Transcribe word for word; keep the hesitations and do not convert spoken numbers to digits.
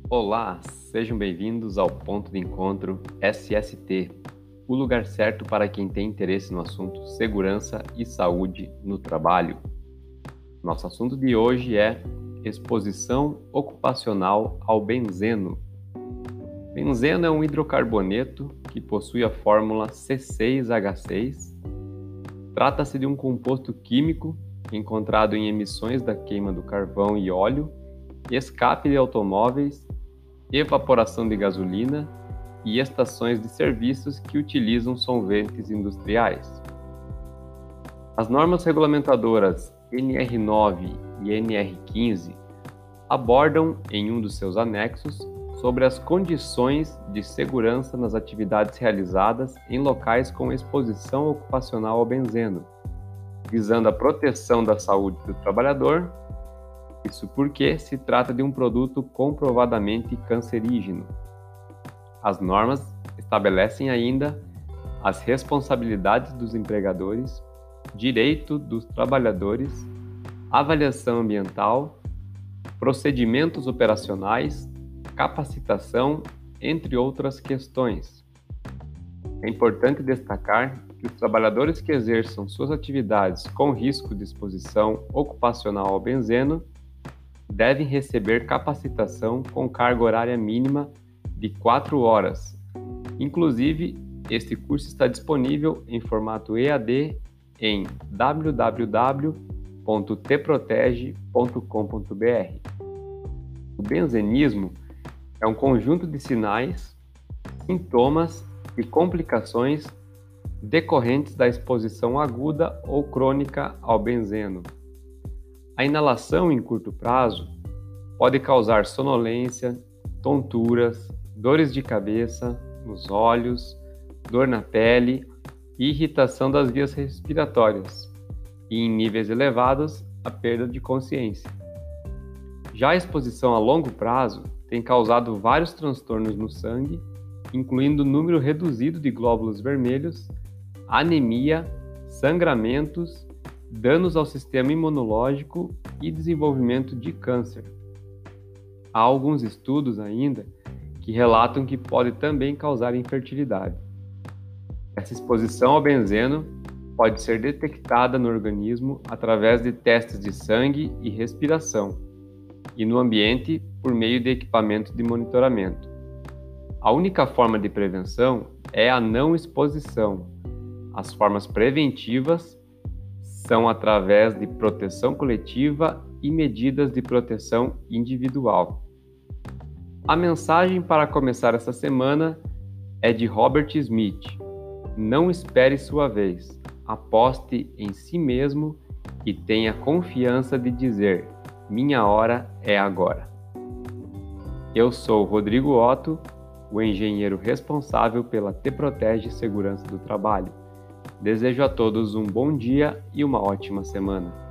Olá, sejam bem-vindos ao Ponto de Encontro S S T, o lugar certo para quem tem interesse no assunto segurança e saúde no trabalho. Nosso assunto de hoje é exposição ocupacional ao benzeno. Benzeno é um hidrocarboneto que possui a fórmula C seis H seis. Trata-se de um composto químico encontrado em emissões da queima do carvão e óleo, escape de automóveis, evaporação de gasolina e estações de serviços que utilizam solventes industriais. As normas regulamentadoras N R nove e N R quinze abordam, em um dos seus anexos, sobre as condições de segurança nas atividades realizadas em locais com exposição ocupacional ao benzeno, visando a proteção da saúde do trabalhador. Isso porque se trata de um produto comprovadamente cancerígeno. As normas estabelecem ainda as responsabilidades dos empregadores, direito dos trabalhadores, avaliação ambiental, procedimentos operacionais, capacitação, entre outras questões. É importante destacar que os trabalhadores que exerçam suas atividades com risco de exposição ocupacional ao benzeno devem receber capacitação com carga horária mínima de quatro horas. Inclusive, este curso está disponível em formato E A D em w w w ponto t protege ponto com ponto b r. O benzenismo é um conjunto de sinais, sintomas e complicações decorrentes da exposição aguda ou crônica ao benzeno. A inalação em curto prazo pode causar sonolência, tonturas, dores de cabeça, nos olhos, dor na pele e irritação das vias respiratórias, e em níveis elevados, a perda de consciência. Já a exposição a longo prazo tem causado vários transtornos no sangue, incluindo número reduzido de glóbulos vermelhos, anemia, sangramentos, danos ao sistema imunológico e desenvolvimento de câncer. Há alguns estudos ainda que relatam que pode também causar infertilidade. Essa exposição ao benzeno pode ser detectada no organismo através de testes de sangue e respiração, e no ambiente por meio de equipamentos de monitoramento. A única forma de prevenção é a não exposição. As formas preventivas são através de proteção coletiva e medidas de proteção individual. A mensagem para começar essa semana é de Robert Smith. Não espere sua vez, aposte em si mesmo e tenha confiança de dizer: minha hora é agora. Eu sou Rodrigo Otto, o engenheiro responsável pela T Protege Segurança do Trabalho. Desejo a todos um bom dia e uma ótima semana.